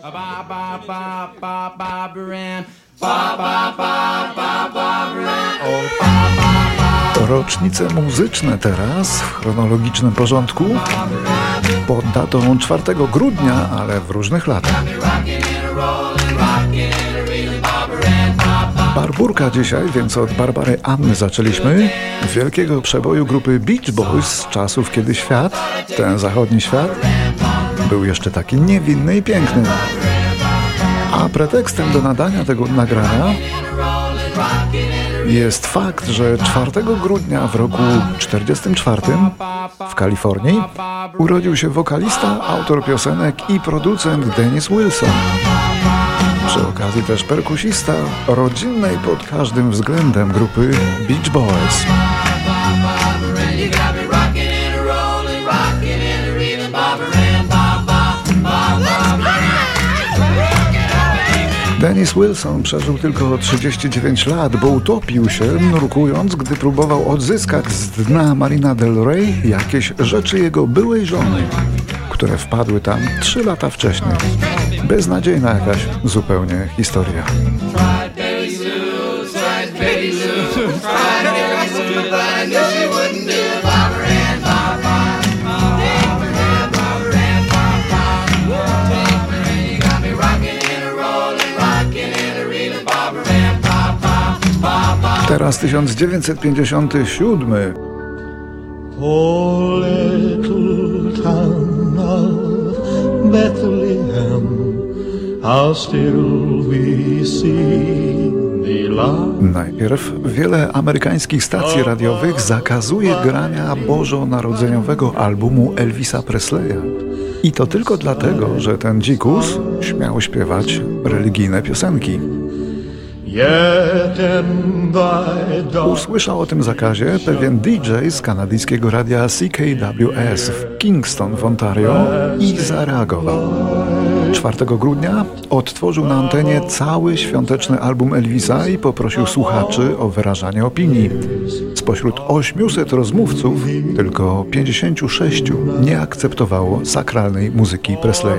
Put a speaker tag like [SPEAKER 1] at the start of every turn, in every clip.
[SPEAKER 1] Rocznice muzyczne teraz w chronologicznym porządku pod datą 4 grudnia, ale w różnych latach. Barburka dzisiaj, więc od Barbary Anny zaczęliśmy. Wielkiego przeboju grupy Beach Boys z czasów, kiedy świat, ten zachodni świat, był jeszcze taki niewinny i piękny. A pretekstem do nadania tego nagrania jest fakt, że 4 grudnia w roku 1944 w Kalifornii urodził się wokalista, autor piosenek i producent Dennis Wilson. Przy okazji też perkusista rodzinnej pod każdym względem grupy Beach Boys. Dennis Wilson przeżył tylko 39 lat, bo utopił się nurkując, gdy próbował odzyskać z dna Marina del Rey jakieś rzeczy jego byłej żony, które wpadły tam 3 lata wcześniej. Beznadziejna jakaś zupełnie historia. Teraz 1957.
[SPEAKER 2] O little town of Bethlehem, how still we see the light.
[SPEAKER 1] Najpierw wiele amerykańskich stacji radiowych zakazuje grania bożonarodzeniowego albumu Elvisa Presleya. I to tylko dlatego, że ten dzikus śmiał śpiewać religijne piosenki. Usłyszał o tym zakazie pewien DJ z kanadyjskiego radia CKWS w Kingston w Ontario i zareagował. 4 grudnia odtworzył na antenie cały świąteczny album Elvisa i poprosił słuchaczy o wyrażanie opinii. Spośród 800 rozmówców tylko 56 nie akceptowało sakralnej muzyki Presleya.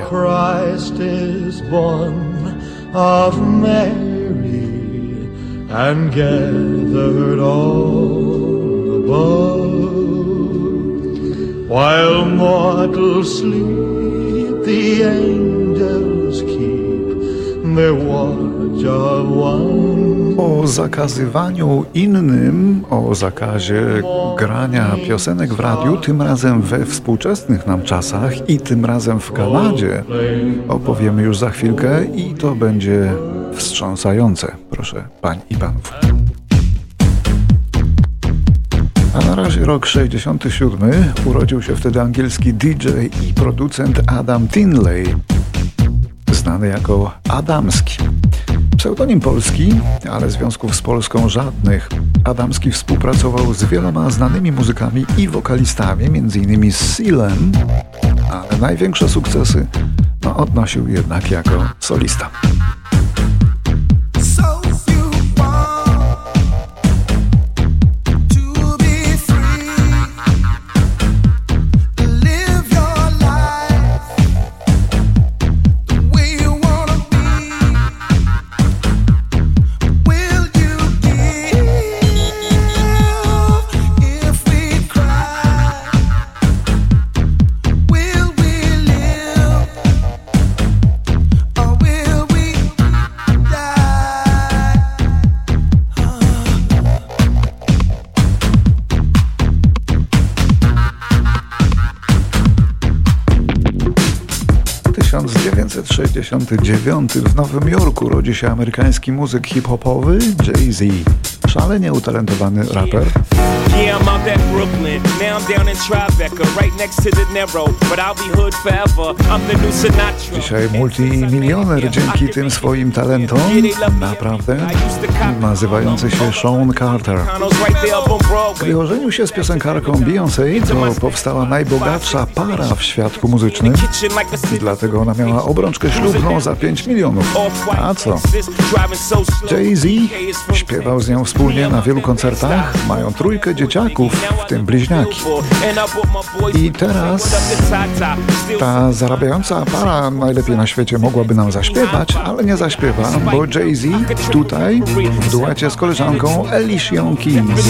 [SPEAKER 2] And gathered all above, while mortals sleep, the angels keep their watch of one.
[SPEAKER 1] O zakazywaniu innym, o zakazie grania piosenek w radiu, tym razem we współczesnych nam czasach i tym razem w Kanadzie, opowiemy już za chwilkę i to będzie wstrząsające, proszę pań i panów. A na razie rok 67. Urodził się wtedy angielski DJ i producent Adam Tinley, znany jako Adamski. Pseudonim polski, ale związków z Polską żadnych. Adamski współpracował z wieloma znanymi muzykami i wokalistami, m.in. z Sealem, ale największe sukcesy odnosił jednak jako solista. W 1969 w Nowym Jorku rodzi się amerykański muzyk hip-hopowy Jay-Z. Szalenie utalentowany raper. Dzisiaj multimilioner dzięki tym swoim talentom, naprawdę, nazywający się Sean Carter. Gdy ożenił się z piosenkarką Beyoncé, to powstała najbogatsza para w świadku muzycznym, dlatego ona miała obrączkę ślubną za 5 milionów. A co? Jay-Z śpiewał z nią w wspólnie na wielu koncertach, mają trójkę dzieciaków, w tym bliźniaki. I teraz ta zarabiająca para najlepiej na świecie mogłaby nam zaśpiewać, ale nie zaśpiewa, bo Jay-Z tutaj w duecie z koleżanką Alicia Keys.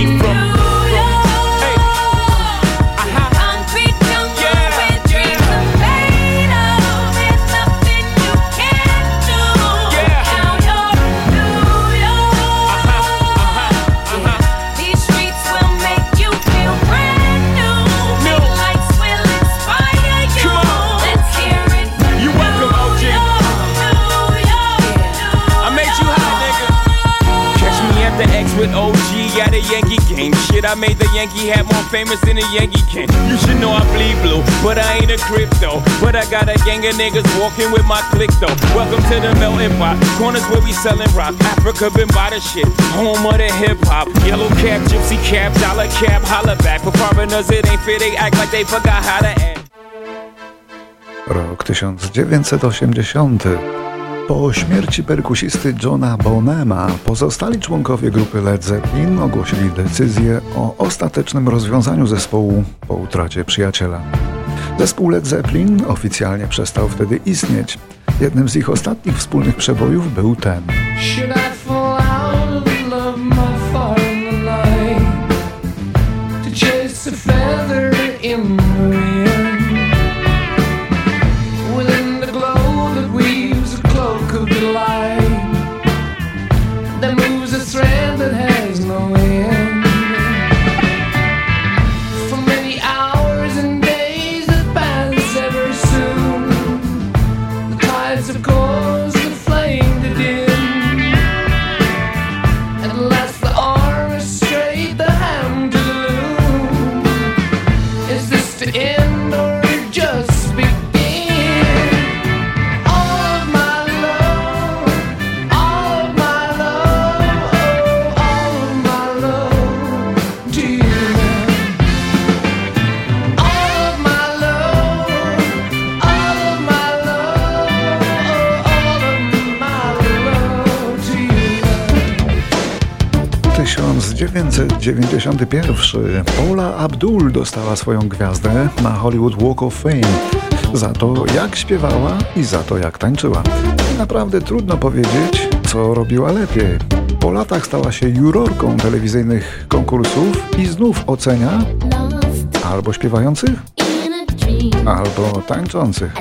[SPEAKER 3] With OG at a Yankee game. Shit, I made the Yankee hat more famous than a Yankee can. You should know I bleed blue, but I ain't a crypto. But I got a gang of niggas walking with my click though. Welcome to the melting pot. Corners where we sellin' rock. Africa been by the shit. Home of the hip hop. Yellow cap, gypsy cap, dollar cap, holla back. For foreigners it ain't fair, they act like they forgot how to act.
[SPEAKER 1] Rok 1980. Po śmierci perkusisty Johna Bonema pozostali członkowie grupy Led Zeppelin ogłosili decyzję o ostatecznym rozwiązaniu zespołu po utracie przyjaciela. Zespół Led Zeppelin oficjalnie przestał wtedy istnieć. Jednym z ich ostatnich wspólnych przebojów był ten. W 1991 Paula Abdul dostała swoją gwiazdę na Hollywood Walk of Fame za to, jak śpiewała i za to, jak tańczyła. Naprawdę trudno powiedzieć, co robiła lepiej. Po latach stała się jurorką telewizyjnych konkursów i znów ocenia albo śpiewających, albo tańczących.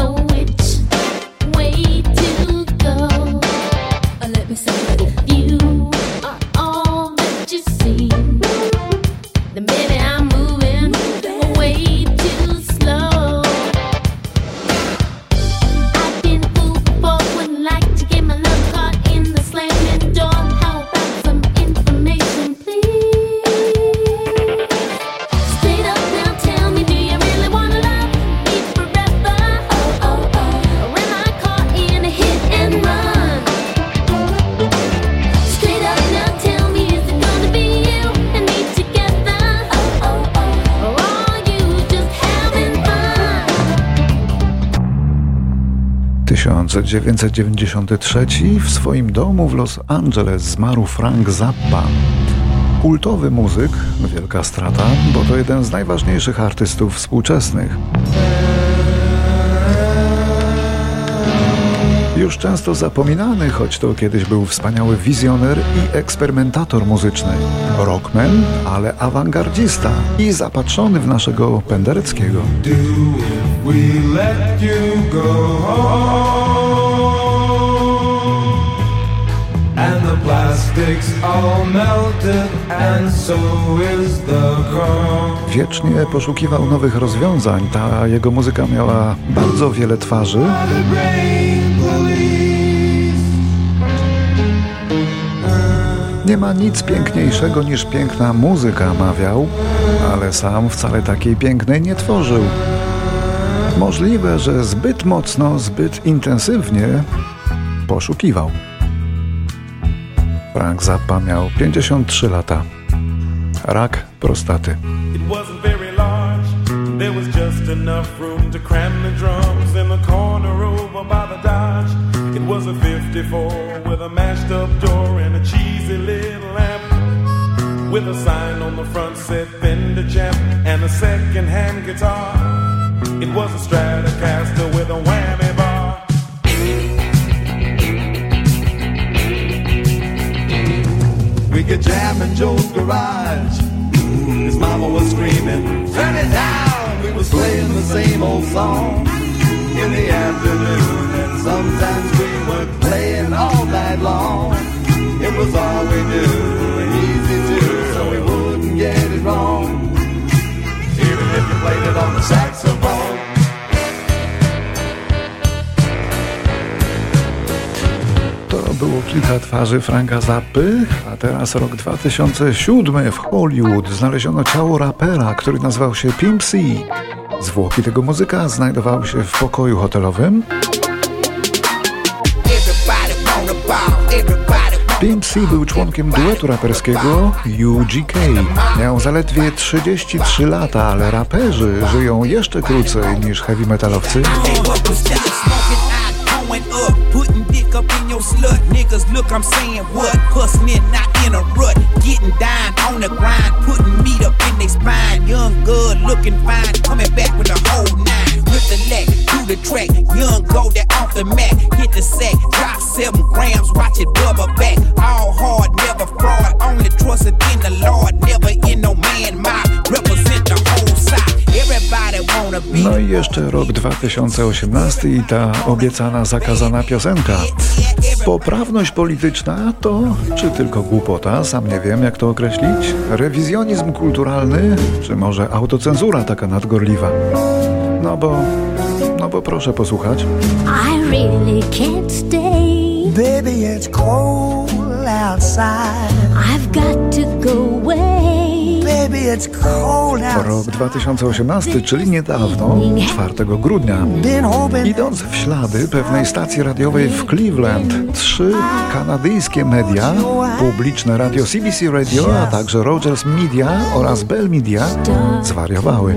[SPEAKER 1] W 1993 w swoim domu w Los Angeles zmarł Frank Zappa. Kultowy muzyk, wielka strata, bo to jeden z najważniejszych artystów współczesnych. Już często zapominany, choć to kiedyś był wspaniały wizjoner i eksperymentator muzyczny. Rockman, ale awangardzista i zapatrzony w naszego Pendereckiego. Wiecznie poszukiwał nowych rozwiązań. Ta jego muzyka miała bardzo wiele twarzy. Nie ma nic piękniejszego niż piękna muzyka, mawiał, ale sam wcale takiej pięknej nie tworzył. Możliwe, że zbyt mocno, zbyt intensywnie poszukiwał. Frank Zappa miał 53 lata. Rak prostaty. It was a 54 with a mashed up door and a cheesy little
[SPEAKER 4] with a sign on the front said Fender Champ and a second-hand guitar. It was a Stratocaster with a whammy bar. We could jam in Joe's garage. His mama was screaming, "Turn it down!" We was playing the same old song in the afternoon, and sometimes we were playing all night long. It was all we knew, and easy too, so we wouldn't get it wrong, even if you played it on the saxophone.
[SPEAKER 1] To było kilka twarzy Franka Zappy, a teraz rok 2007. W Hollywood znaleziono ciało rapera, który nazywał się Pimp C. Zwłoki tego muzyka znajdowały się w pokoju hotelowym. Pimp C był członkiem duetu raperskiego UGK. Miał zaledwie 33 lata, ale raperzy żyją jeszcze krócej niż heavy metalowcy.
[SPEAKER 5] Putting dick up in your slut, niggas look, I'm saying what? Hustling, not in a rut, getting down on the grind, putting meat up in they spine. Young, good, looking fine, coming back with the whole nine. With the leg, do the track, young, go that off the mat, hit the sack, drop 7 grams, watch it bubble back. All hard, never fraud, only trusted in the Lord, never in no man mouth, represent the whole side. Everybody wanna be.
[SPEAKER 1] No i jeszcze rok 2018 i ta obiecana zakazana piosenka. Poprawność polityczna to czy tylko głupota? Sam nie wiem, jak to określić. Rewizjonizm kulturalny, czy może autocenzura taka nadgorliwa? No bo proszę posłuchać.
[SPEAKER 6] I really can't stay.
[SPEAKER 7] Baby, it's cold outside.
[SPEAKER 6] I've got to go away.
[SPEAKER 7] Baby, it's cold outside.
[SPEAKER 1] Rok 2018, czyli niedawno, 4 grudnia. Idąc w ślady pewnej stacji radiowej w Cleveland, 3 kanadyjskie media, publiczne radio CBC Radio, a także Rogers Media oraz Bell Media zwariowały.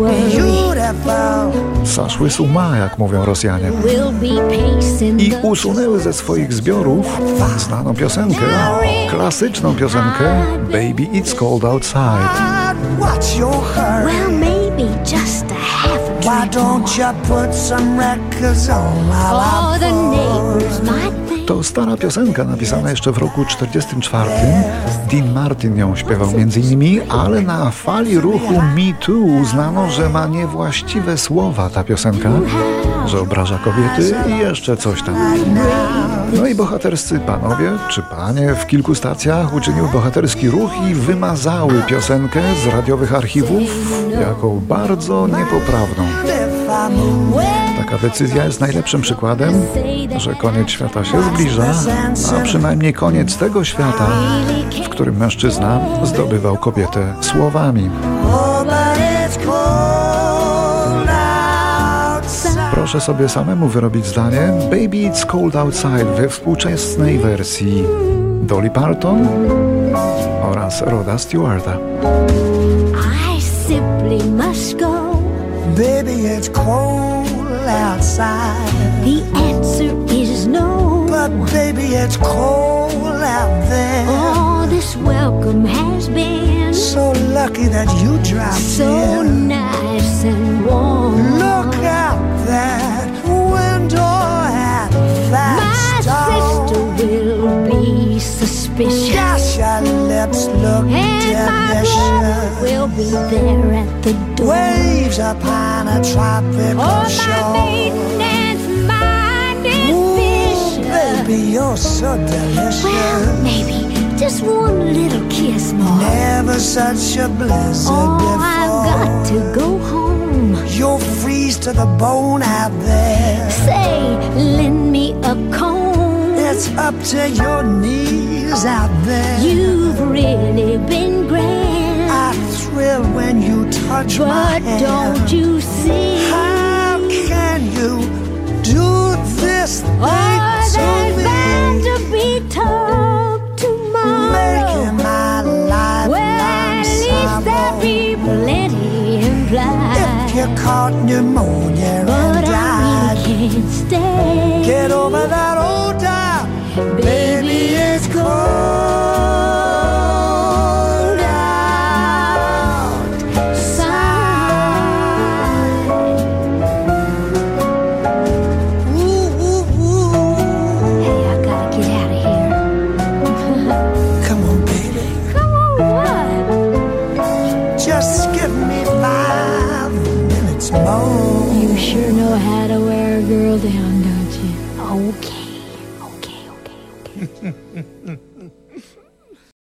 [SPEAKER 1] Zaszły z uma, jak mówią Rosjanie. I usunęły ze swoich zbiorów znaną piosenkę, klasyczną piosenkę Baby It's Cold Outside.
[SPEAKER 7] What's your hurry?
[SPEAKER 6] Well, maybe just a half a
[SPEAKER 7] Why
[SPEAKER 6] drink
[SPEAKER 7] don't you put some records on while
[SPEAKER 6] more.
[SPEAKER 7] I'm
[SPEAKER 6] The neighbors might think
[SPEAKER 1] To stara piosenka napisana jeszcze w roku 1944. Dean Martin ją śpiewał m.in., ale na fali ruchu Me Too uznano, że ma niewłaściwe słowa ta piosenka, że obraża kobiety i jeszcze coś tam. No i bohaterscy panowie czy panie w kilku stacjach uczyniły bohaterski ruch i wymazały piosenkę z radiowych archiwów jako bardzo niepoprawną. Taka decyzja jest najlepszym przykładem, że koniec świata się zbliża, a przynajmniej koniec tego świata, w którym mężczyzna zdobywał kobietę słowami. Proszę sobie samemu wyrobić zdanie Baby It's Cold Outside we współczesnej wersji Dolly Parton oraz Roda Stewarta.
[SPEAKER 6] I simply must go.
[SPEAKER 7] Baby, it's cold outside.
[SPEAKER 6] The answer is no.
[SPEAKER 7] But baby, it's cold out there.
[SPEAKER 6] Oh, this welcome has been
[SPEAKER 7] So lucky that you dropped
[SPEAKER 6] so
[SPEAKER 7] in.
[SPEAKER 6] nice and warm.
[SPEAKER 7] Look out that window at that
[SPEAKER 6] My
[SPEAKER 7] stone.
[SPEAKER 6] sister will be suspicious,
[SPEAKER 7] Gosh, your lips look
[SPEAKER 6] and my brother
[SPEAKER 7] delicious.
[SPEAKER 6] will be there at the door.
[SPEAKER 7] Waves upon a tropical
[SPEAKER 6] Oh, my
[SPEAKER 7] shore.
[SPEAKER 6] maiden's mind is
[SPEAKER 7] Ooh,
[SPEAKER 6] vicious.
[SPEAKER 7] baby, you're so
[SPEAKER 6] Well,
[SPEAKER 7] delicious.
[SPEAKER 6] maybe just one little kiss more.
[SPEAKER 7] Never such a blizzard
[SPEAKER 6] Oh,
[SPEAKER 7] before.
[SPEAKER 6] I've got to go home.
[SPEAKER 7] You'll freeze to the bone out there.
[SPEAKER 6] Say, lend me a comb.
[SPEAKER 7] It's up to your knees out there.
[SPEAKER 6] You've really been grand,
[SPEAKER 7] I thrill when you touch my
[SPEAKER 6] but
[SPEAKER 7] hand.
[SPEAKER 6] don't you see?
[SPEAKER 7] How can you do this thing
[SPEAKER 6] Oh,
[SPEAKER 7] to
[SPEAKER 6] there's
[SPEAKER 7] me?
[SPEAKER 6] bound to be talk tomorrow.
[SPEAKER 7] Making my life
[SPEAKER 6] Well, at least there'll be plenty implied.
[SPEAKER 7] If you caught pneumonia
[SPEAKER 6] But
[SPEAKER 7] and
[SPEAKER 6] I
[SPEAKER 7] died,
[SPEAKER 6] really can't stay.
[SPEAKER 7] get over that old time. Baby, it's cold
[SPEAKER 6] girl down, don't you? Okay.